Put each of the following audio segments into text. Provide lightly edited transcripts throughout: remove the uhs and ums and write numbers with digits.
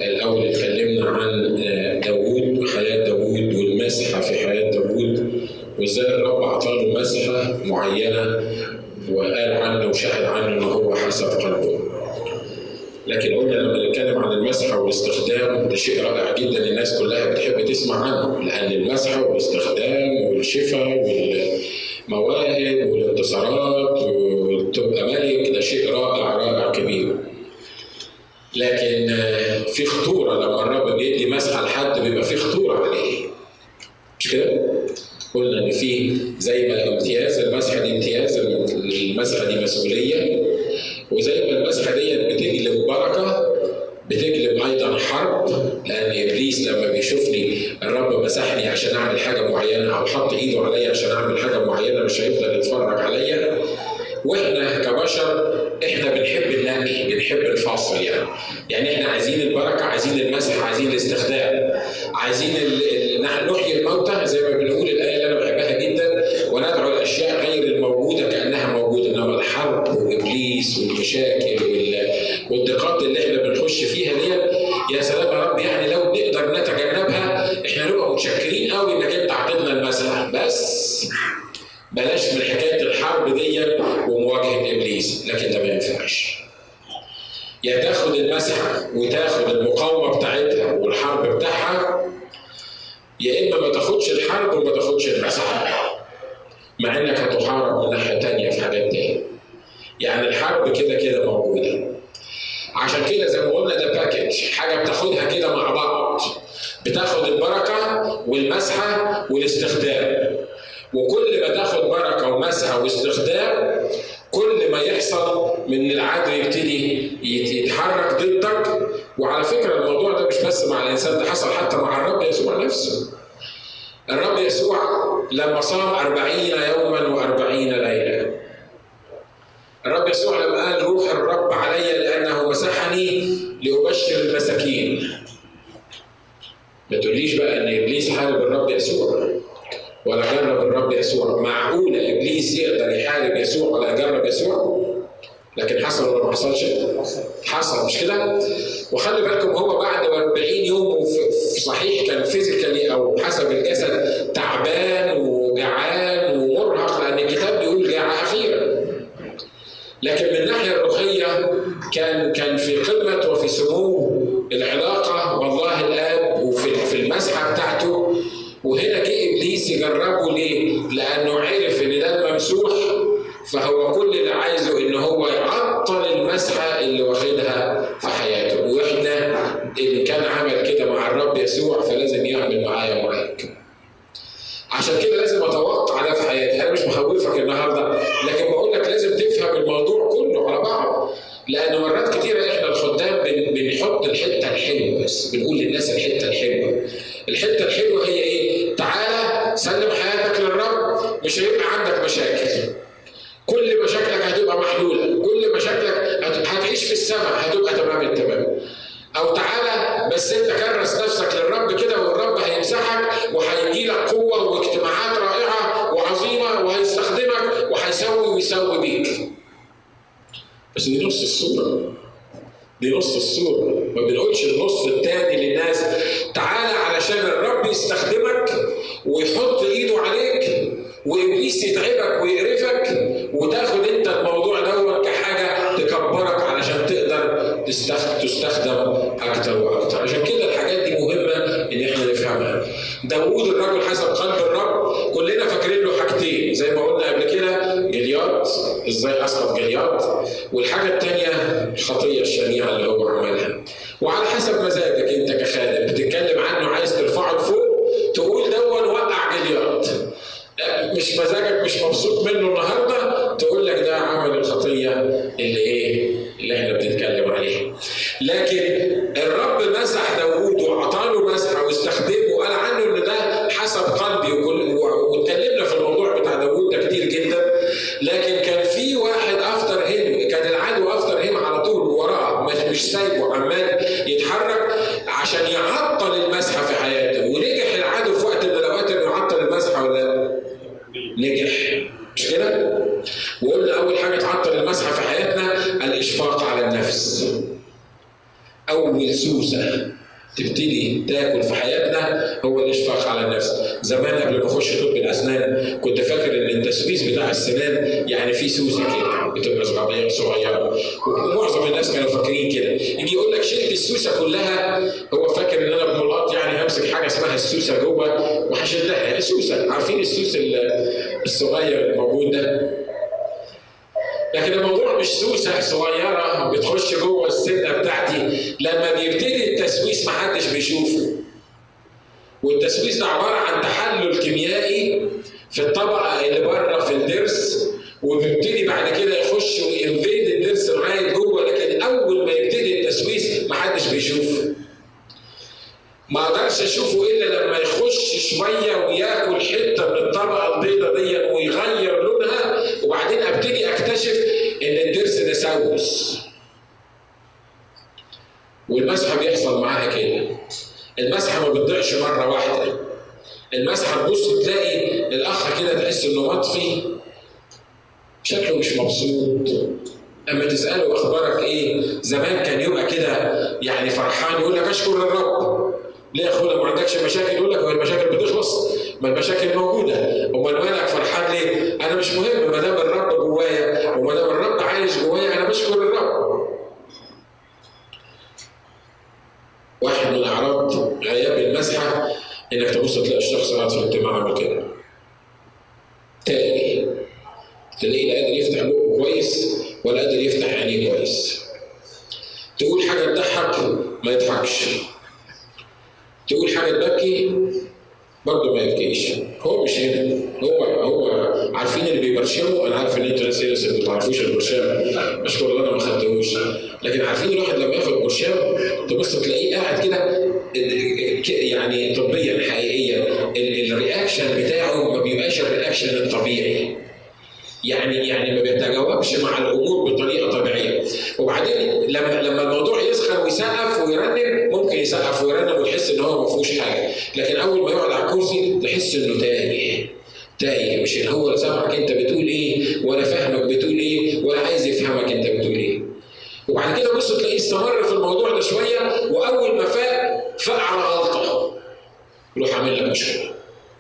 الأول اتكلمنا عن داوود وحياة داوود والمسحة في حياة داوود، وإزاي الرب أعطاله مسحة معينة وقال عنه وشهد عنه إنه هو حسب قلبه. لكن قلنا لما نتكلم عن المسحة والاستخدام ده شيء رائع جدا، الناس كلها بتحب تسمع عنه، لأن المسحة والاستخدام والشفاء والمواهب والانتصارات وتبقى ملك ده شيء رائع رائع كبير. لكن في خطورة لما الرب بيدي مسحة لحد، بيبقى في خطورة عليه، مش كده؟ قلنا إن في زي ما امتياز المسحة دي امتياز، المسحة دي مسؤولية، وزي ما المسحة دي بتجلب بركة بتجلب أيضا حرب، لأن إبليس لما بيشوفني الرب مسحني عشان أعمل حاجة معينة أو حط إيده عليا عشان أعمل حاجة معينة مش هيفضل يتفرج عليا. وإحنا كبشر إحنا بنحب النقي، بنحب الفاصل، يعني إحنا عايزين البركة، عايزين المسحة، عايزين الاستخدام، عايزين نحيي الموتى زي ما بنقول الآية اللي أنا بحبها جدا، وندعو الأشياء غير الموجودة كأنها موجودة. إنما الحرب وإبليس والمشاكل والضيقات اللي إحنا بنخش فيها دي، يا سلام يا رب، يعني لو نقدر نتجنبها إحنا نبقى متشكرين قوي إنك أنت عطيتنا المسحة، بس بلاش من حكاية الحرب دي ومواجهة إبليس. لكن ده ما ينفعش، يا تاخد المسحة وتاخد المقاومة بتاعتها والحرب بتاعها، يا إما ما تاخدش الحرب وما تاخدش المسحة، مع إنك هتحارب من ناحية تانية في حاجات تانية. يعني الحرب كده كده موجودة، عشان كده زي ما قلنا ده باكج، حاجة بتاخدها كده مع بعض، بتاخد البركة والمسحة والاستخدام. وكل ما تاخد بركة ومسحة واستخدام، كل ما يحصل من العدو يبتدي يتحرك ضدك. وعلى فكرة الموضوع ده مش بس مع الإنسان، ده حصل حتى مع الرب يسوع نفسه. الرب يسوع لما صام 40 يوما و40 ليلة، الرب يسوع لما قال روح الرب علي لأنه مسحني لأبشر المساكين، ما تقوليش بقى إن إبليس حارب الرب يسوع ولا جرب الرب يسوع. معقولة إبليس يقدر يحارب يسوع ولا يجرب يسوع؟ لكن حصل ولا ما حصلش؟ حصل، مش كده؟ وخلي بالكم هو بعد 40 يوم صحيح كان فيزيكالي أو حسب الجسد تعبان وجعان ومرهق، لأن الكتاب بيقول جاع أخيرا. لكن من الناحية الروحية كان في قمة وفي سمو العلاقة والله الآب وفي المسحة بتاعته. وهنا جه إبليس يجربه ليه؟ لأنه عرف إن ده الممسوح، فهو كل اللي عايزه إن هو يعطل المسحة اللي واخدها في حياته. وإحنا اللي كان عمل كده مع الرب يسوع فلازم يعمل معايا ومعاك. عشان كده لازم أتوقع ده في حياتي. أنا مش بخوفك النهاردة، لكن بقول لك لازم تفهم الموضوع كله على بعض، لأن مرات كتيرة إحنا الخدام بنحط الحتة الحلوة بس، بنقول للناس الحتة الحلوة. الحتة الحلوة هي إيه؟ تعالى سلم حياتك للرب، مش هيبقى عندك مشاكل. كل مشاكلك هتبقى محلولة، كل مشاكلك هتعيش في السماء، هتبقى تمام التمام. أو تعالى بس أنت كرس نفسك للرب كده، والرب هيمسحك وهيجي لك قوة واجتماعات رائعة وعظيمة، وهيستخدمك وهيسوي ويسوي بيك. بس دي نص الصورة، دي نص الصورة. ما بنقولش النص التاني للناس تعالى علشان الرب يستخدمك ويحط ايده عليك وإبليس يتعبك ويقرفك، وتاخد انت الموضوع دوت كحاجة تكبرك علشان تقدر تستخدم أكتر وأكتر. عشان كده الحاجات دي مهمة إن احنا نفهمها. داوود الرجل حسب قلب الرب، كلنا فاكرين له حاجتين زي ما قلنا قبل كده، جليات، ازاي اسقط جليات، والحاجة التانية الخطية الشنيعة اللي هو عملها. وعلى حسب مزاجك انت كخادم بتتكلم عنه، عايز ترفعه لفوق تقول دون وقع جليات، مش مزاجك مش مبسوط منه النهارده تقول لك ده عمل الخطيه اللي احنا بنتكلم عليها. لكن الرب مسح داوود وعطاله مسحه واستخدمه وقال عنه ان ده حسب قلبي، واتكلمنا في الموضوع بتاع داوود ده كتير جدا. لكن كان في واحد افتر هيم، كان العدو افتر هيم على طول وراه، مش سايبه عمال يتحرك عشان يعطل المسحه في حياته. ونجح العدو في وقت من الاوقات انه يعطل المسحه ولا لا؟ نجح، مش كده؟ وقلنا أول حاجة تعطل المسحة في حياتنا الإشفاق على النفس. أول سوسة سوسه تبتدي تاكل في حياتنا هو الاشفاق على النفس. زمان قبل ما اخش طب الاسنان كنت فاكر ان التسويس بتاع السنان يعني في سوسه كده بتبقى صغيره، ومعظم الناس كانوا فاكرين كده. يجي يقول لك شلت السوسه كلها، هو فاكر ان انا بملقط يعني همسك حاجه اسمها السوسه جوه وهشدها. سوسه، عارفين السوس الصغير الموجود ده؟ لكن الموضوع مش سوسه صغيره بتخش جوه السنه بتاعتي. لما بيبتدي التسويس محدش بيشوفه، والتسويس ده عباره عن تحلل كيميائي في الطبقه اللي بره في الضرس، وبيبتدي بعد كده يخش وينفيد الضرس لغايه جوه. لكن اول ما يبتدي التسويس محدش بيشوفه. ما اقدرش اشوفه الا لما يخش شويه وياكل حته من الطبقه البيضاء دي ويغير لونها، وبعدين ابتدي اكتشف ان الضرس ده سوس. والمسحه بيحصل معاها كده. المسحه ما بتضيعش مره واحده. المسحه تبص تلاقي الاخ كده تحس انه مطفي، شكله مش مبسوط. اما تساله اخبارك ايه؟ زمان كان يبقى كده يعني فرحان يقول لك اشكر الرب. ليه يا اخويا ما عندكش مشاكل؟ يقول لك هو المشاكل بتخلص؟ ما المشاكل موجوده. امال مالك فرحان ليه؟ انا مش مهم ما دام الرب جوايا، وما دام الرب عايش جوايا انا بشكر الرب. واحد من اعراض غياب المسحه انك تبص تلاقي الشخص قاعد في الاجتماع عامل كده. تلاقيه لا قادر يفتح بقه كويس ولا قادر يفتح عينيه كويس. تقول حاجه تضحك ما يضحكش. تقول حاجه تبكي برضه ما يبكيش. هو مش هنا. هو عارفين اللي بيبرشموا. انا عارف ان انتوا ناس لسه ما تعرفوش البرشام، اشكر الله انا ما خدتهوش. لكن عارفين الواحد لما ياخد برشام تبص تلاقيه قاعد كده يعني طبيا حقيقيا الرياكشن بتاعه ما بيبقاش الرياكشن الطبيعي. يعني ما بيتجاوبش مع الامور بطريقه طبيعيه. وبعدين لما الموضوع يسخن ويسقف ويرنم، ممكن يسقف ويرنم وتحس ان هو ما فيهوش حاجه. لكن اول ما يقعد على الكرسي تحس انه تايه. مش ان هو سامعك انت بتقول ايه ولا فاهمك بتقول ايه ولا عايز يفهمك انت بتقول ايه. وبعد كده بص تلاقيه استمر في الموضوع ده شويه، واول ما فاق على غلطه يروح عامل لك مشكله.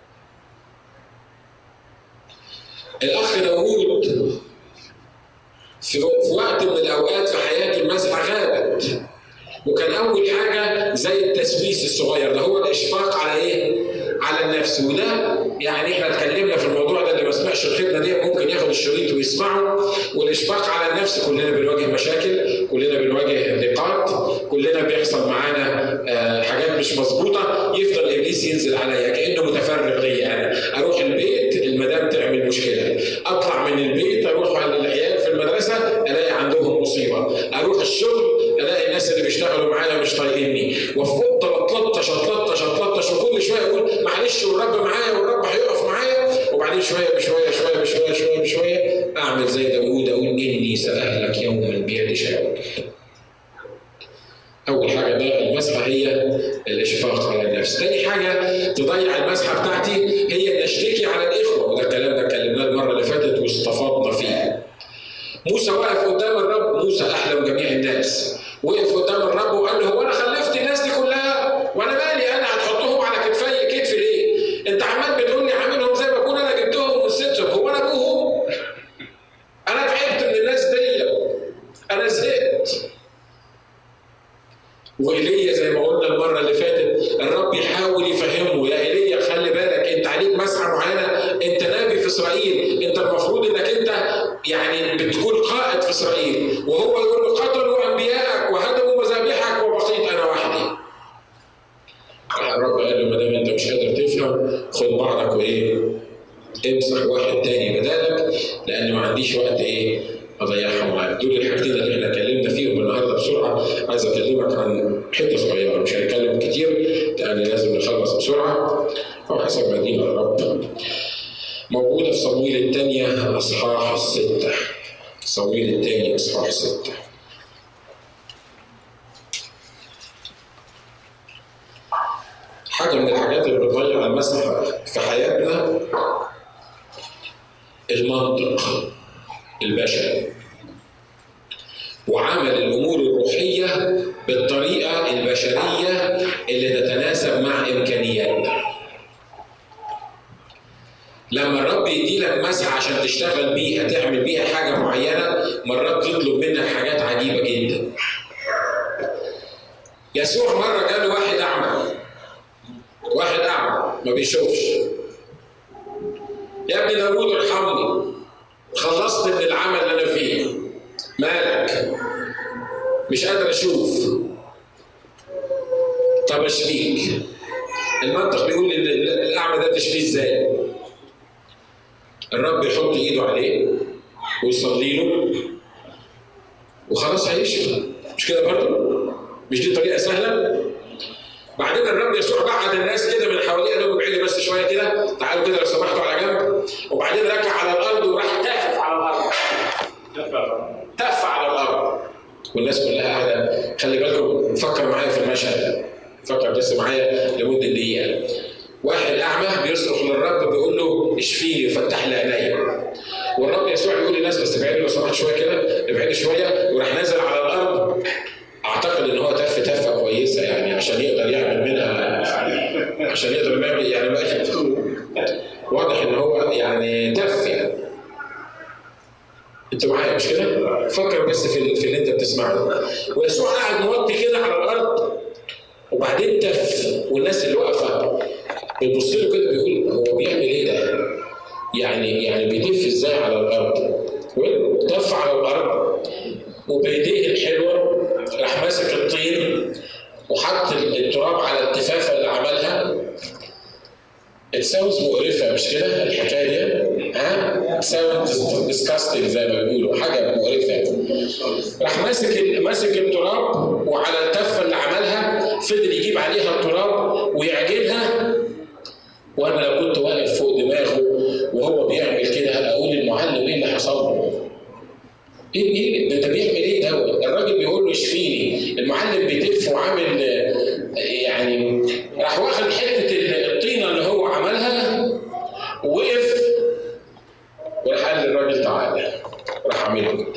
الأخ داوود في وقت من الأوقات في حياة المسحة غابت، وكان أول حاجة زي التسويس الصغير ده هو الإشفاق على إيه؟ على النفس. وده يعني إحنا اتكلمنا في الموضوع ده. اللي ما سمعش الخدمة دي ممكن ياخد الشريط ويسمعه. والإشفاق على النفس كلنا بنواجه مشاكل، كلنا بنواجه ضيقات، كلنا بيحصل معانا حاجات مش مظبوطة. يفضل إبليس ينزل عليا كأنه متفرغ لي. أنا أروح البيت المدام تعمل مشكلة، أطلع من البيت أروح على العيال في المدرسة ألاقي عندهم مصيبة، أروح الشغل ألاقي الناس اللي بيشتغلوا معايا مش طايقيني، وفي أوضة أتلطش وكل شوية أقول معلش والرب معايا والرب هيقف معايا. وبعدين شوية أعمل زي داوود أقول إني سأهلك يوما بيد شاول. أول حاجة ده المسحة هي الإشفاق على النفس. تاني حاجة تضيع المسحة بتاعتي هي إن أشتكي على الإخوة. وده الكلام ده اتكلمناه المرة اللي فاتت واستفاضنا فيه. موسى واقف قدام الرب. موسى أحلم جميع الناس. وقف قدام الرب وقال له هو أنا خلفت الناس دي كلها؟ وأنا مالي أنا؟ هتحطهم على كتفي ليه؟ أنت عمال بتقول لي عاملهم زي ما أكون أنا جبتهم وسبتهم. هو أنا أبوهم؟ أنا تعبت من الناس دي، أنا زهقت. وإيليا زي ما قلنا المرة اللي فاتت الرب يحاول يفهمه يا إيليا خلي بالك أنت عليك مسحة معينة، أنت نبي في إسرائيل، أنت المفروض إنك أنت يعني بتكون قائد في إسرائيل. وهو يقول له قتلوا أنبيائك وهدموا مذابحك وبقيت أنا وحدي. الرب قال له ما دام أنت مش قادر تفهم خد بعضك وإيه؟ امسح واحد تاني بدالك، لأن ما عنديش وقت أضيعها معاك. دول الحاجتين اللي احنا اتكلمنا فيهم النهارده بسرعه. عايز اكلمك عن حته صغيره، مش هنتكلم كتير لان لازم نخلص بسرعه او حسب ما يدينا الرب. موجوده في صمويل الثانيه اصحاح 6. صمويل الثاني اصحاح 6. حاجه من الحاجات اللي بتضيع المسحه في حياتنا المنطق البشري وعمل الامور الروحيه بالطريقه البشريه. البشريه اللي تتناسب مع امكانياتنا. لما الرب يديلك مسحه عشان تشتغل بيها تعمل بيها حاجه معينه، مرات يطلب منك حاجات عجيبه جدا. يسوع مره جاله واحد اعمى ما بيشوفش. يا ابن داوود ارحمني، خلصت من العمل اللي انا فيه، مالك؟ مش قادر اشوف. طب اشفيك. المنطق بيقول ان الاعمى ده تشفيه ازاي؟ الرب يحط ايده عليه ويصلي له وخلاص هيشفى. مش كده برضه؟ مش دي طريقه سهله؟ بعدين الرب يسوع بعد الناس كده من حواليه، قال لهم ابعدوا بس شويه كده، تعالوا كده لو سمحتوا على جنب، وبعدين ركع على الارض وراح تافف على الارض. تف على الارض والناس كلها قاعده. خلي بالكم، فكر معايا في المشهد، فكر بس معايا لمده دقيقه. واحد اعمى بيصرخ للرب بيقول له اشفيني وفتح لي عينيا، والرب يسوع يقول للناس بس ابعدوا لو سمحت شويه كده، ابعدوا شويه، وراح نازل على الارض. اعتقد ان هو تفه كويسه يعني عشان يقدر يعمل منها، عشان يقدر يعمل يعني واضح ان هو يعني تف يعني. انتوا معايا مش كده؟ فكر بس في اللي انت بتسمعه. ويسوع قاعد موطي كده على الارض وبعدين تف، والناس اللي واقفه بتبص له كده بيقول هو بيعمل ايه ده؟ يعني بيتف ازاي على الارض؟ تف على الارض وبايديه الحلوه راح ماسك الطين وحط التراب على التفافه اللي عملها. اتساوز مقرفه مش كده الحكايه دي؟ اتساوز ديسكاستنج زي ما بيقولوا، حاجه مقرفه. راح ماسك التراب وعلى التفه اللي عملها فضل يجيب عليها التراب ويعجنها. وانا لو كنت واقف فوق دماغه وهو بيعمل كده اقول المعلم ايه اللي حصل له؟ ايه ده بيعمل ايه دوت؟ الراجل بيقول له اشفيني، المعلم بيتف وعامل يعني. راح واخد حته الطينه اللي هو عملها ووقف وراح قال للراجل تعالى، راح عامله كده.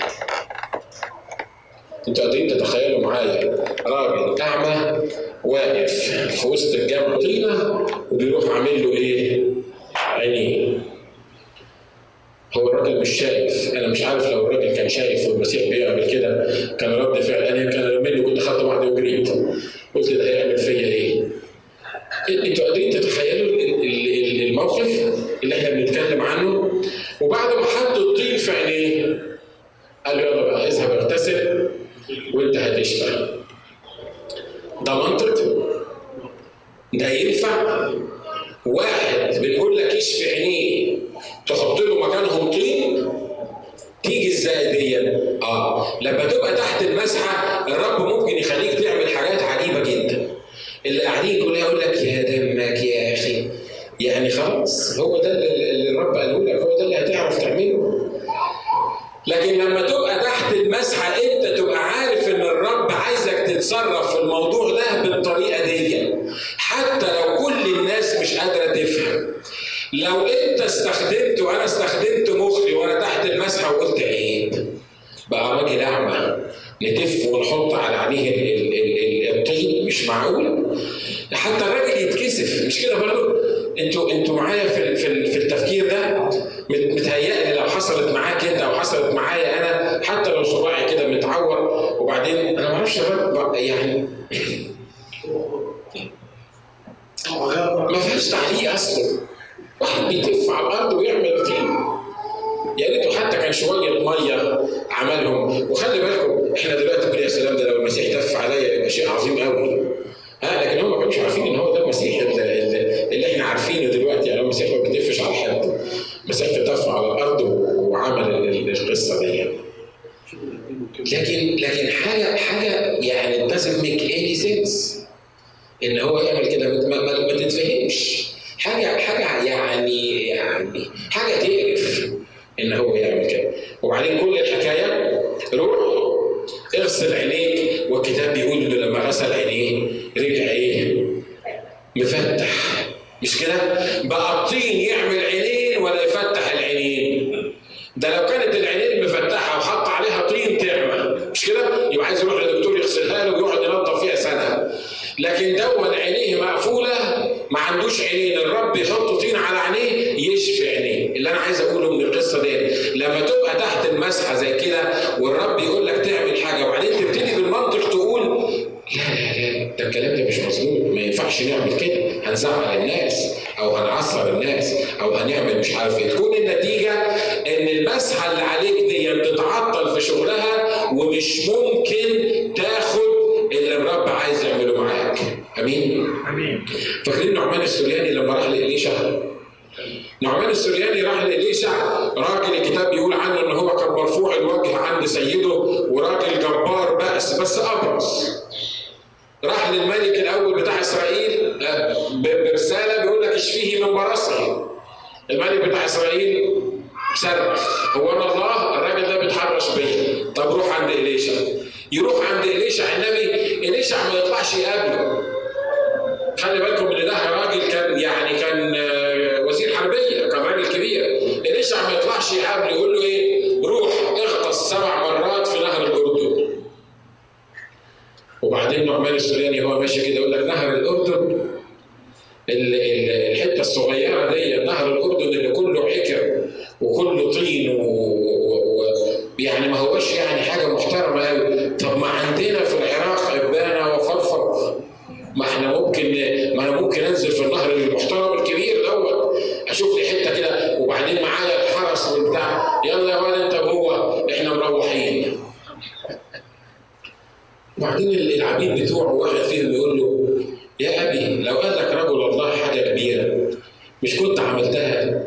انتوا قادرين تتخيلوا معايا راجل اعمى واقف في وسط الجامع طينه وبيروح عامل له ايه؟ عينيه. هو الراجل مش شايف، انا مش عارف لو الراجل كان شايف والمسيح بيعمل كده كان رد فعل. انا كان مني كنت خدت واحده وجريت، قلت ده هيعمل فيا ايه؟ انتوا قادرين تتخيلوا الموقف اللي احنا بنتكلم عنه؟ وبعد ما حط الطين في عينيه قال له يلا بقى اذهب اغتسل وانت هتشفى. ده منطق؟ ده ينفع؟ واحد بنقول لك اشفي عينيه تحط له مكانهم طين؟ تيجي ازاي دي؟ لما تبقى تحت المسحه الرب ممكن يخليك تعمل حاجات عجيبه جدا. اللي قاعدين كلها يقول لك يا دمك يا اخي، يعني خلاص هو ده اللي الرب قاله لك، هو ده اللي هتعرف تعمله. لكن لما تبقى تحت المسحه انت تبقى عارف ان الرب عايزك تتصرف في الموضوع ده بالطريقه دي، حتى لو كل الناس مش قادره تفهم. لو انت استخدمت وانا استخدمت مخي وانا تحت المسحه وقلت عيب بقى راجل اعمى نتف ونحط على عينيه الطين، مش معقول. حتى الراجل يتكسف، مش كده برضه؟ انتوا معايا في التفكير ده؟ متهيألي لو حصلت معاك انت او حصلت معايا انا، حتى لو صباعي كده متعور وبعدين انا ما اعرفش يعني ما فيهاش تعليق اصلا. واحد بيتف على الارض ويعمل طين، يا ريته حتى كان شويه ميه عملهم. وخلي بالكم احنا دلوقتي بنقول يا سلام ده لو المسيح تف عليا يبقى شيء عظيم قوي. لكن هم ما كانوش عارفين ان هو ده المسيح اللي احنا عارفينه دلوقتي. يعني هو المسيح ما بيتفش على حد، المسيح تف على الارض وعمل القصه دي. لكن حاجه يعني doesn't make any sense ان هو يعمل كده، ما تتفهمش. حاجه يعني حاجه تقرف ان هو يعمل كده. وبعدين كل الحكايه روح اغسل عينيك، والكتاب بيقول انه لما غسل عينيه رجع ايه؟ مفتح. مش كده؟ بقى الطين يعمل عينين ولا يفتح العينين؟ ده لو كانت العينين مفتحه وحط عليها طين تعمى، مش كده؟ يبقى عايز يروح لدكتور يغسلها له ويقعد ينظف فيها سنه. لكن دون عينيه مقفوله، ما عندوش عينين، الرب يحط طين على عينيه يشفي عينيه. اللي انا عايز اقوله من القصه دي، لما تبقى تحت المسحه زي كده والرب يقول لك تعمل حاجه وبعدين تبتدي بالمنطق تقول لا ده الكلام ده مش مظبوط، ما ينفعش نعمل كده، هنزعل الناس او هنعصر الناس او هنعمل مش عارف ايه، تكون النتيجه ان المسحه اللي عليك دي تتعطل في شغلها ومش ممكن تاخد اللي الرب عايز يعمله معاك. امين؟ امين. فاكرين نعمان السورياني لما راح لإليشع؟ نعمان السورياني راح لإليشع، راجل الكتاب بيقول عنه ان هو كان مرفوع الوجه عند سيده وراجل جبار بس ابرص. راح للملك الاول بتاع اسرائيل برساله بيقول لك اشفيه من برصه. الملك بتاع اسرائيل صرخ، هو انا الله؟ الراجل ده بيتحرش بيا. طب روح عند إليشع. يروح عند إليشع النبي، إليشع ما يطلعش يقابله. خلي بالكم ان ده راجل كان وزير حربيه، كان راجل كبير. إليشع ما يطلعش يقابله، يقول له ايه؟ روح اغطس 7 مرات في نهر الاردن. وبعدين نعمان السورياني هو ماشي كده يقول لك نهر الاردن، الحته الصغيره دي نهر الاردن اللي كله عكر وكله طين يعني ما هوش يعني حاجه محترمه قوي. طب ما عندنا في العراق ابانه وفرفر، ما انا ممكن انزل في النهر المحترم الكبير دوت، اشوف لي حته كده وبعدين معايا الحرس والبتاع، يلا يا ولد انت وهو احنا مروحين. وبعدين العبيد بتوعه واحد فيهم يقول له يا ابي لو قال لك رجل الله حاجه كبيره مش كنت عملتها؟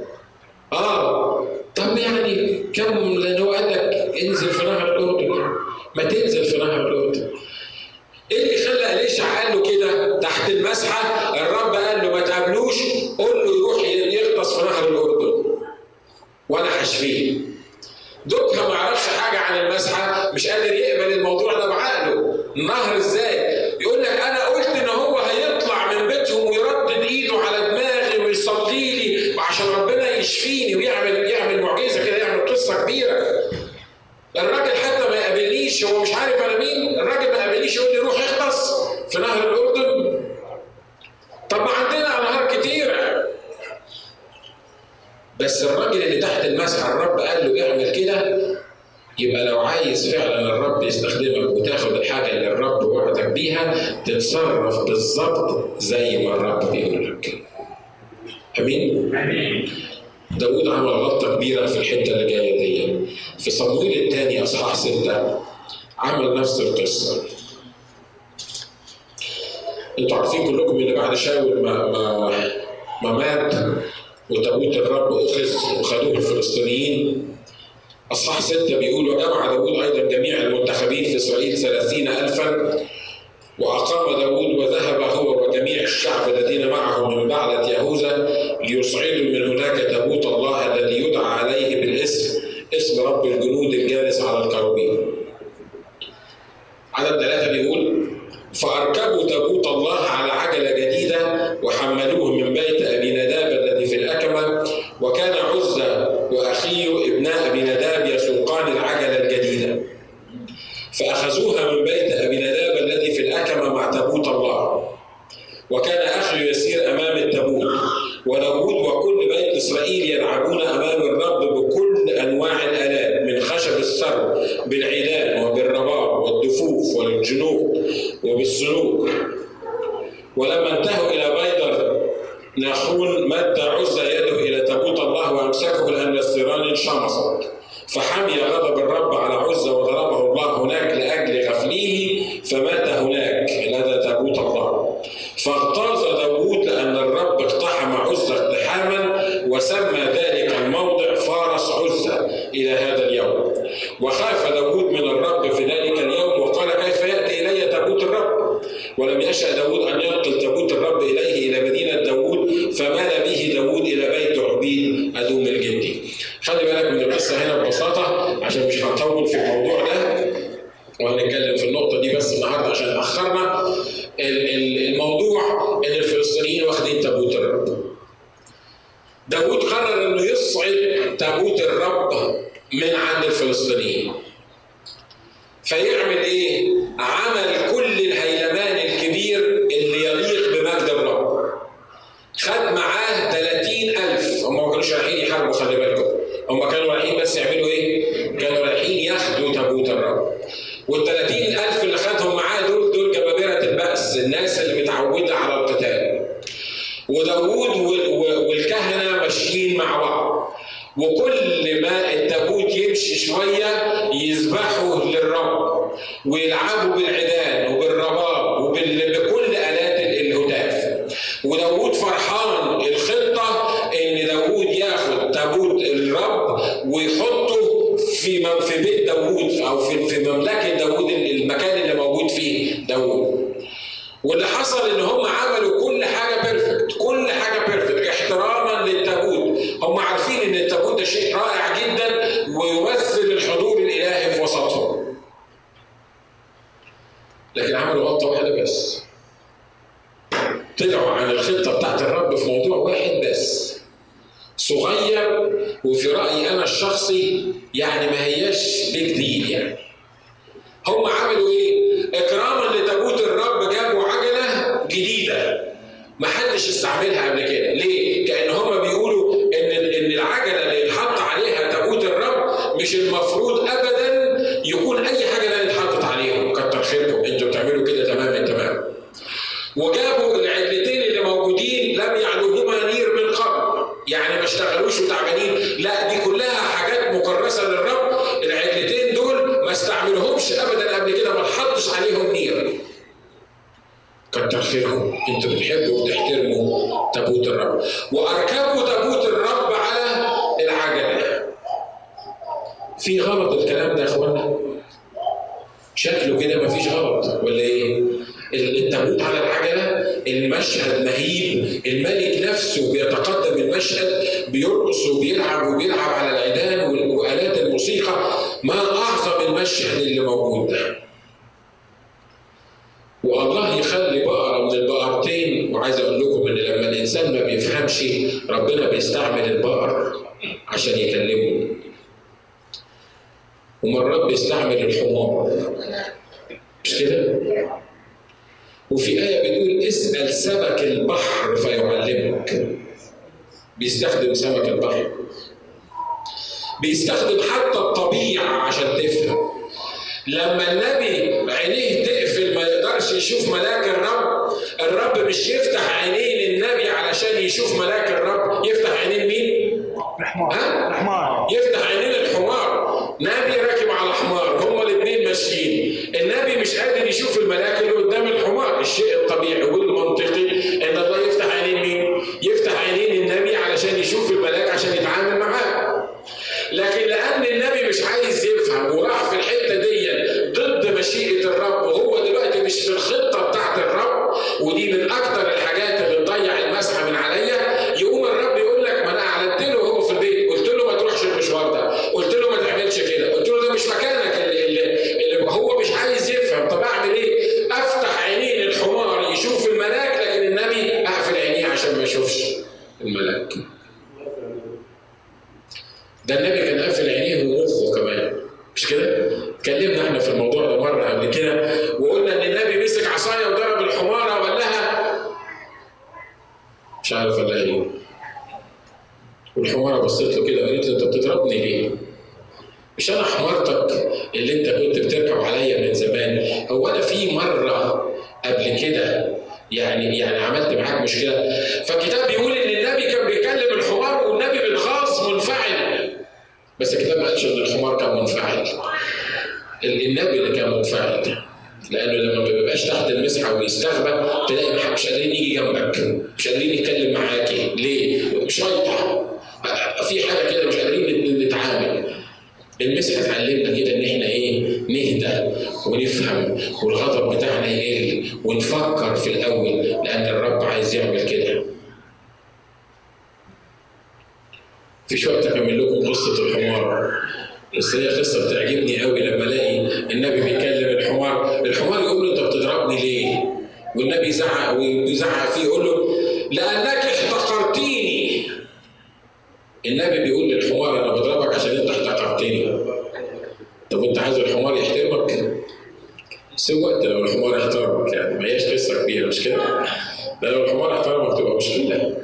طب يعني كم، لان هو قال لك انزل في نهر الاردن، ما تنزل في نهر الاردن. ايه اللي خلى إليشع قال له كده تحت المسحه؟ الرب قال له ما تقابلوش، قول له يروح يغطس في نهر الاردن وانا هشفيه. دوكها ما يعرفش حاجه عن المسحه، مش قادر يقبل الموضوع ده بعقله. النهر ازاي؟ يقول لك انا قلت ان هو هيطلع من بيتهم ويردد ايده على دماغي ويصلي لي وعشان ربنا يشفيني ويعمل معجزه كده، يعمل قصه كبيره. الراجل حتى ما يقابلنيش، هو مش عارف انا مين، الراجل ما يقابلنيش يقول لي روح اغطس في نهر الاردن. طب ما عندنا انهار كتير. بس الراجل اللي تحت المسحه الرب قال له اعمل كده، يبقى لو عايز فعلا الرب يستخدمك وتاخد الحاجه اللي الرب وعدك بيها تتصرف بالظبط زي ما الرب بيقول لك. امين؟ امين. داود عمل غلطه كبيره في الحته اللي جايه دي. في صموئيل الثاني اصحاح 6 عمل نفس القصه. انتوا عارفين كلكم ان بعد شاول ما مات وتابوت الرب اخذ وخدوه الفلسطينيين، اصحاح 6 بيقول وجمع داود ايضا جميع المنتخبين في اسرائيل 30,000 وأقام داود وذهب هو وجميع الشعب الذين معه من بعلة يهوذا ليصعدوا من هناك تابوت الله الذي يدعى عليه بالاسم اسم رب الجنود الجالس على الكروبين. عدد 3 بيقول فأركبوا تابوت الله على عجلة جديدة وحملوه من بيت أبي نداب الذي في الأكمة، وكان عزة وأخيه ابناء أبي نداب يسوقان العجلة الجديدة، فأخذوها من بيت أبي نداب الذي في الأكمة مع تابوت الله. وكان أخي يسير أمام التابوت، وداود وكل بيت إسرائيل يلعبون أمام الرب بكل أنواع الآلات من خشب السر بالعيدان وبالرباب والدفوف والجنوب وبالسلوك. ولما انتهوا إلى بيدر ناخون مد عزة يده إلى تابوت الله وأمسكه لأن الثيران انشمصت، فحمي غضب الرب على عزة وضربه الله هناك لأجل غفله فمات هناك لدى تابوت الله. فاغتاظ داود لأن الرب اقتحم عزة اقتحاما وسمى ذلك الموضع فارس عزة إلى هذا اليوم. وخاف داود من الرب في ذلك اليوم وقال كيف يأتي إلي تابوت الرب؟ ولم يشأ داود أن ينقل تابوت الرب إليه إلى مدينة داود، فمال به داود إلى بيت عبيد أدوم الجندي. خلي بالك من القصة هنا ببساطة عشان مش هنطول في الموضوع ده وهنتكلم في النقطة دي بس النهارده عشان أخرنا. الموضوع إن الفلسطينيين واخدين تابوت الرب. داود قرر إنه يصعد تابوت الرب من عند الفلسطينيين. فيعمل إيه؟ عمل كل الهيلمان الكبير اللي الناس اللي متعوده على القتال. وداوود والكهنه ماشيين مع بعض، وكل ما التابوت يمشي شويه يذبحوا للرب ويلعبوا بالعيدان وبالرباب وبكل آلات الهتاف. وداوود فرحان الخطه ان داوود ياخد تابوت الرب ويحطه في بيت داوود او في مملكه داوود، المكان اللي موجود فيه داوود. واللي حصل ان هم عملوا كل حاجه بيرفكت، كل حاجه بيرفكت احتراما للتابوت. هم عارفين ان التابوت ده شيء رائع جدا ويمثل الحضور الالهي في وسطهم، لكن عملوا غلطه واحده بس. طلعوا عن الخطه بتاعت الرب في موضوع واحد بس صغير، وفي رايي انا الشخصي يعني ما هياش بيج ديل. يعني هم عملوا ايه؟ اكراما لتابوت الرب جابوا عجله جديده ما حدش استعملها قبل كده. ليه؟ كأن هم بيقولوا ان العجله اللي اتحط عليها تابوت الرب مش المفروض ابدا يكون اي حاجه اللي اتحطت عليهم. كتر خيركم انتوا بتعملوا كده تمام تمام. وجابوا العجلتين اللي موجودين لم يعلوهما نير من قبل، يعني ما اشتغلوش وتعبانين، لا دي كلها حاجات مكرسه للرب. العجلتين دول ما استعملوهمش ابدا قبل كده، ما اتحطش عليهم نير. كتر خيركم انتوا بتحبوا وبتحترموا تابوت الرب. واركبوا تابوت الرب على العجله. في غلط الكلام ده يا اخوانا؟ شكله كده مفيش غلط ولا ايه؟ التابوت على العجله، المشهد مهيب، الملك نفسه بيتقدم المشهد بيرقص وبيلعب على العيدان والآلات الموسيقى. ما اعظم المشهد اللي موجود ده. والله يخلي بقره من البقرتين. وعايز اقول لكم ان لما الانسان ما بيفهمش ربنا بيستعمل البقر عشان يكلمه، ومرات بيستعمل الحمار، مش كده؟ وفي آية بتقول اسأل سمك البحر فيعلمك. بيستخدم سمك البحر، بيستخدم حتى الطبيعة عشان تفهم. لما النبي عينيه تقفل ما يقدرش يشوف ملاك الرب مش يفتح عينين النبي علشان يشوف ملاك الرب، يفتح عينين مين؟ الحمار. يفتح عينين الحمار. نبي راكب على حمار، هما الاثنين ماشيين، النبي مش قادر يشوف الملاك اللي قدام الحمار. الشيء الطبيعي والمنطقي ان الله يفتح عينين مين؟ يفتح عينين النبي علشان يشوف الملاك عشان يتعامل معاه. لكن لان النبي مش عايز يفهم وراح في الحته دي ضد مشيئه الرب، وهو دلوقتي مش في الخطه بتاعت الرب، ودي من اكتر الحاجات اللي تضيع المسحه من عليا. يقوم الرب يقول لك ما انا اعلنت له وهو في البيت، قلت له ما تروحش المشوار ده، قلت له ما تعملش كده، قلت له ده مش مكانك. اللي هو مش عايز يفهم. طب اعمل ايه؟ افتح عينين الحمار يشوف الملاك، لكن النبي اقفل عينيه عشان ما يشوفش الملاك. ده النبي كان قافل عينيه ومخه كمان، مش كده؟ اتكلمنا احنا في الموضوع ده مره قبل كده، وقلنا ان النبي مسك عصايه وضرب الحماره وقال لها مش عارف قال لها ايه. والحماره بصيت له كده وقالت له انت بتضربني ليه؟ مش انا حمارتك اللي انت كنت بتركب عليا من زمان؟ هو انا في مره قبل كده يعني عملت معاك مشكله؟ فالكتاب بيقول ان النبي كان بيكلم الحمار والنبي بالخاص منفعل، بس الكتاب ما قالش ان الحمار كان منفعل. النبي اللي كان منفعل، لانه لما ما بيبقاش تحت المسحه ويستغبى تلاقي مش قادرين يجي جنبك، مش قادرين يتكلم معاكي. ليه؟ مش رايحه في حاجه كده، مش قادرين نتعامل. المسحه تعلمنا كده ان احنا ايه؟ نهدى ونفهم والغضب بتاعنا يقل ونفكر في الاول، لان الرب عايز يعمل كده. في شويه اكمل لكم قصه الحمار، بس هي قصه بتعجبني قوي لما الاقي النبي بيكلم الحمار يقول له انت بتضربني ليه؟ والنبي يزعق فيه يقول له لانك احتقرتيني. النبي بيقول للحمار انا بضربك عشان انت احتقرتني. طب انت عايز الحمار يحترمك؟ سوى انت لو الحمار احترمك، يعني ما هياش قصه كبيره، مش كده؟ ده لو الحمار احترمك تبقى مشكله.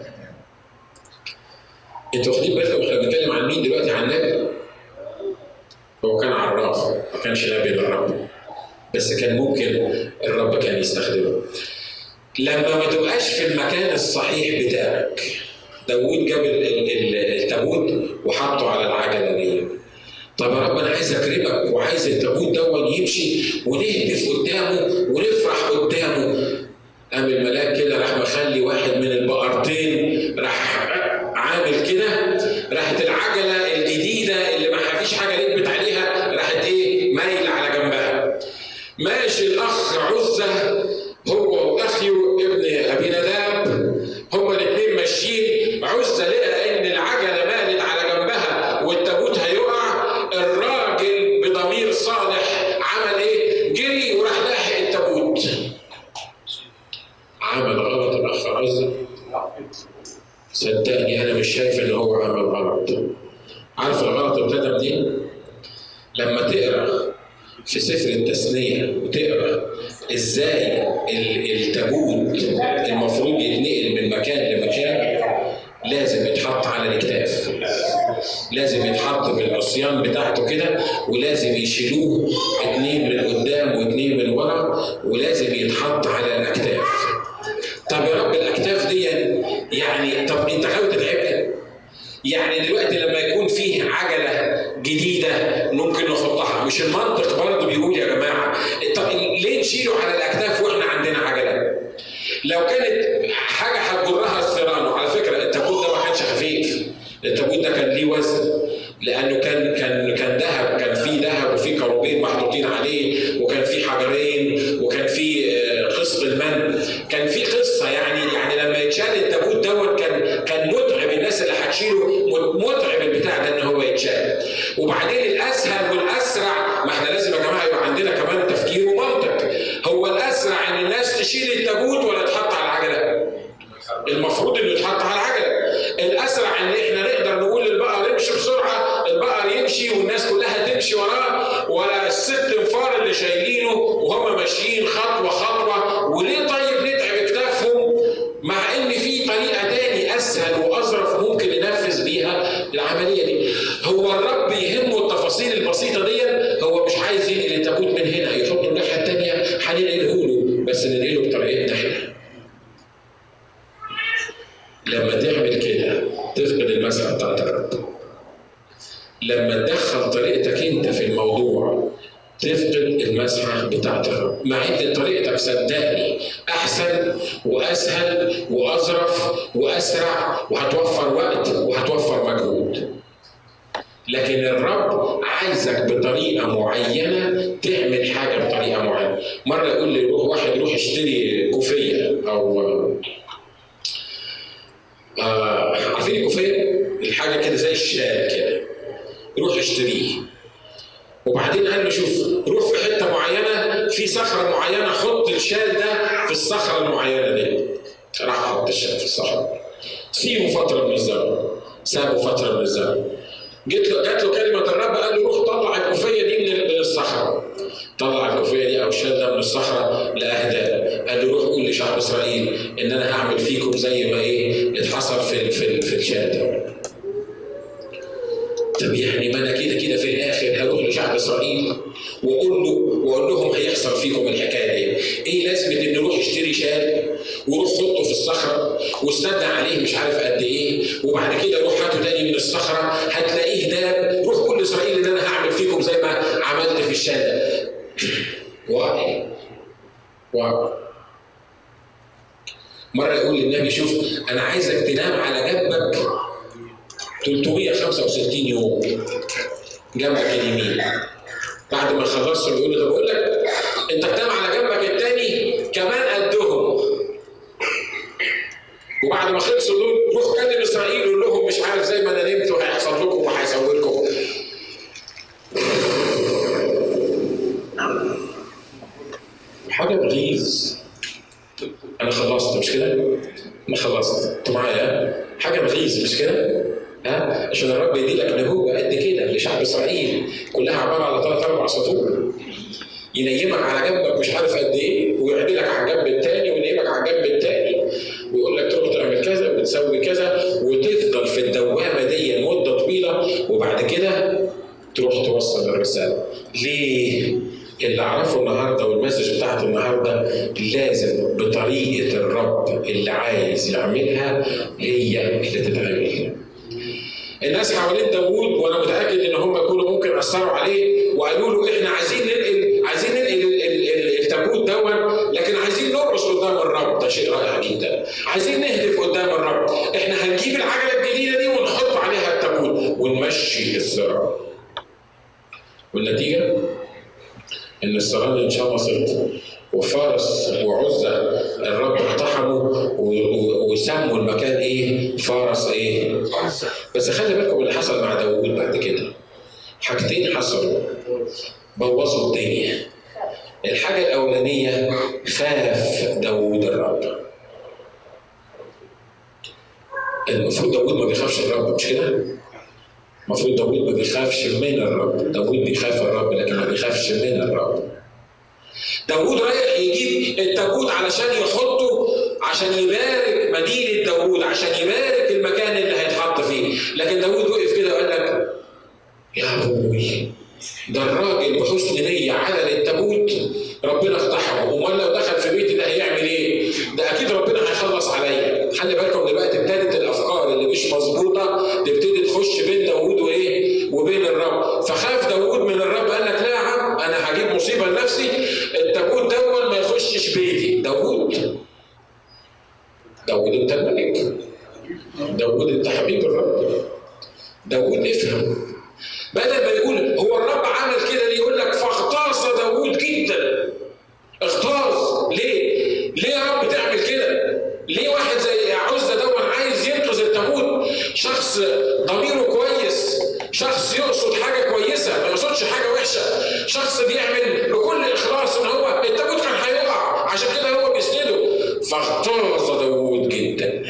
انتوا واخدين بالكم احنا بنتكلم عن مين دلوقتي؟ عن النبي. هو كان عراف، ما كانش نبي للرب، بس كان ممكن الرب كان يستخدمه. لما ما تبقاش في المكان الصحيح بتاعك. داوود جاب التابوت وحطه على العجله دي. طب يا رب انا عايز اكرمك وعايز التابوت ده يمشي ونهتف قدامه ونفرح قدامه. قام الملاك كده راح مخلي واحد من البقرتين راح عامل كده، راحت العجله الجديده اللي ما فيش حاجه ركبت عليها راحت ايه؟ مايله على جنبها. ماشي الاخ عزة هو واخيو ابن ابي نداب، هما الاثنين ماشيين. عزة لقى ان العجله مالت على جنبها والتابوت هيقع. الراجل بضمير صالح عمل ايه؟ جري وراح لاحق التابوت. عمل غلط الاخ عزة؟ صدقني انا مش شايف ان هو عمل غلط. عارف الغلط ابتدى منين؟ لما تقرا في سفر التثنية وتقرا ازاي التابوت المفروض يتنقل من مكان لمكان، لازم يتحط على الاكتاف، لازم يتحط بالعصيان بتاعته كده، ولازم يشيلوه 2 من قدام و2 من ورا، ولازم يتحط على الاكتاف. طب يا رب الاكتاف دي يعني طب انت غاوي تتعبها؟ يعني دلوقتي لما يكون فيه عجله جديده ممكن نحطها، مش المنطق برضه بيقول يا جماعه طب ليه نشيله على الاكتاف واحنا عندنا عجله؟ لو كانت حاجه هتجرها الثيران، وعلى فكره التابوت ده ما كانش خفيف، التابوت ده كان ليه وزن، لانه كان ذهب، كان فيه ذهب وفيه كروبين محطوطين عليه، وكان فيه حجرين، وكان فيه قسط المن، كان فيه قصه يعني لما يتشال التابوت دوت كان متعب الناس اللي هتشيله، متعب البتاع ده ان هو يتشال. وبعدين الاسهل والاسرع، ما احنا لازم يا جماعه يبقى عندنا كمان تفكير ومنطق، هو الاسرع ان الناس تشيل التابوت ولا تحط على العجله؟ المفروض انه يتحط على العجله. الاسرع ان احنا نقدر نقول للبقر امشي بسرعه، البقر يمشي والناس كلها تمشي وراه، ولا الست انفار اللي شايلينه وهم ماشيين خطوه خطوه. وليه طيب نتعب اكتافهم مع ان في طريقه تاني اسهل واظرف ممكن ننفذ بيها العمليه دي؟ هو الرب يهمه التفاصيل البسيطه دي، هو مش عايز ينقل التابوت من هنا يحطه الناحيه الثانيه، هننقله له بس ننقله بطريقتنا احنا. لما تعمل كده تفقد المسحه بتاعت الرب. لما تدخل طريقتك انت في الموضوع تفقد المسحه بتاعت الرب، مع ان طريقتك صدقني احسن واسهل واظرف واسرع وهتوفر وقت وهتوفر مجهود. لكن الرب عايزك بطريقه معينه تعمل حاجه بطريقه معينه. مره يقول لي واحد روح اشتري كوفيه او عارفين الكوفيه؟ الحاجه كده زي الشال كده، روح اشتريه. وبعدين قال له شوف، روح في حته معينه في صخره معينه، حط الشال ده في الصخره المعينه دي. راح حط الشال في الصخره، سيبه فتره من الزمن، سابه فتره من الزمن. جات له كلمه الرب، قال له روح طلع الكوفيه دي من الصخره. طلع الكوفيه دي او الشال ده من الصخره لاهداه. قال له روح قول لشعب اسرائيل ان انا هعمل فيكم زي ما اتحصل في الشال ده. طب يعني ما انا كده في الاخر هروح لشعب اسرائيل واقول لهم هيحصل فيكم الحكايه دي. ايه لازمه ان نروح اشتري شال وروح حطه في الصخره واستنى عليه مش عارف قد ايه، وبعد كده روح هاته تاني من الصخره هتلاقيه داب، روح كل اسرائيل ان انا هعمل فيكم زي ما عملت في الشال ده. واو. مره يقول للنبي شوف انا عايزك تنام على جنبك 365 يوم، جنبك اليمين. بعد ما خلصت يقول له طب اقول لك انت تنام على جنبك الثاني كمان قدهم. وبعد ما خلصوا دول روح كلم اسرائيل وقول لهم مش عارف زي ما انا نمت وهيحصل لكم وهيسوي لكم. حاجه بغيظ. انا خلصت مش كده؟ انا خلصت، انتوا معايا؟ حاجه بغيظ مش كده؟ عشان الرب يدي لك نبوه قد كده لشعب اسرائيل كلها عباره على 3-4 سطور، ينيمك على جنبك مش عارف قد ايه، ويعدلك على الجنب الثاني وينيمك على الجنب الثاني، ويقول لك تروح تعمل كذا وتسوي كذا، وتفضل في الدوامه دي مده طويله، وبعد كده تروح توصل الرساله. ليه؟ اللي اعرفه النهارده والمسج بتاعت النهارده لازم بطريقة الرب اللي عايز يعملها هي اللي تتعمل. الناس حوالين داوود وانا متاكد ان هم يكونوا ممكن اثروا عليه وقالوا له احنا عايزين ننقل التابوت دون، لكن عايزين نرقص قدام الرب. ده شيء رائع جدا. عايزين نهتف قدام الرب، احنا هنجيب العجله الجديده دي ونحط عليها التابوت ونمشي الصراع. والنتيجه ان الصراع انشمصت وفارس وعزة الرب اقتحموا وسموا المكان ايه؟ فارس ايه؟ بس خلي بالكم اللي حصل مع داوود بعد كده. حاجتين حصلوا بوظوا الدنيا. الحاجة الأولانية خاف داوود الرب. المفروض داوود ما بيخافش الرب، مش كده؟ المفروض داوود ما بيخافش من الرب. داوود بيخاف الرب لكن ما بيخافش من الرب. داوود رايح يجيب التابوت علشان يحطه، عشان يبارك مدينة داوود، عشان يبارك المكان اللي هيتحط فيه. لكن داوود وقف كده وقال لك يا ابوي ده الراجل بحسن نية عدل التابوت ربنا اقتحمه، امال لو دخل في بيتي ده هيعمل ايه؟ ده اكيد ربنا هيخلص عليا. خلي بالكم دلوقتي ابتدت الافكار اللي مش مظبوطه تبتدي تخش بين داوود وايه؟ وبين الرب. فخاف داوود من الرب، قال لك لا يا عم انا هجيب مصيبه لنفسي، التابوت دون ما يخشش بيتي. داوود انت الملك، داوود انت حبيب الرب. داوود افهم، بدل ما يقول هو الرب عمل كده ليه، يقول لك فاغتاظ داوود جدا. اغتاظ ليه يا رب تعمل كده؟ ليه واحد زي عزة دون عايز ينقذ التابوت، شخص ضميره كويس، شخص يقصد حاجه كويسه ما يقصدش حاجه وحشه، شخص بيعمل بكل اخلاص ان هو التابوت كان هيقع عشان كده هو بيسنده. فاغتاظ داوود جدا.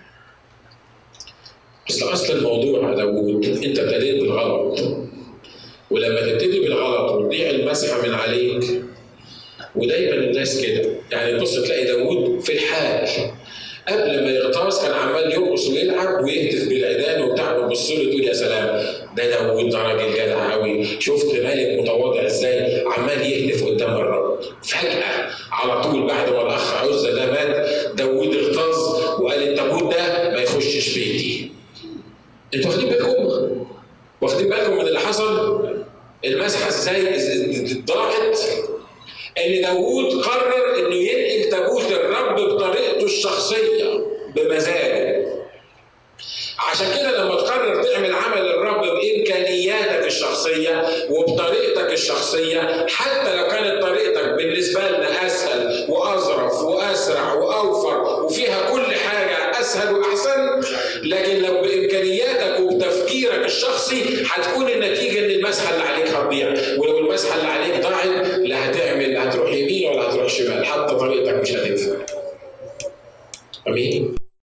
اصل الموضوع يا داوود انت ابتديت بالغلط، ولما تبتدي بالغلط وتضيع المسحه من عليك، ودايما الناس كده يعني تبص تلاقي داوود في الحال قبل ما يغتاظ كان عمال يرقص ويلعب ويهتف بالعيدان وبتاع، وتبص له تقول يا سلام ده داوود ده راجل جدع قوي، شفت ملك متواضع ازاي عمال يهتف قدام الرب. فجأة على طول بعد ما الاخ عزة ده مات داوود اغتاظ وقال التابوت ده ما يخشش بيتي. انتوا واخدين بالكم من اللي حصل؟ المسحه ازاي ضاعت؟ ان داوود قرر انه ينقل تابوت الرب بطريقته الشخصيه بمزاجه. عشان كده لما تقرر تعمل عمل الرب بامكانياتك الشخصيه وبطريقتك الشخصيه، حتى لو كانت طريقتك بالنسبه لنا اسهل واظرف واسرع واوفر وفيها كل حاجه اسهل واحسن، لكن لو بامكانياتك وبتفكيرك الشخصي هتكون النتيجه ان المسحه اللي عليك هتضيع. ولو المسحه اللي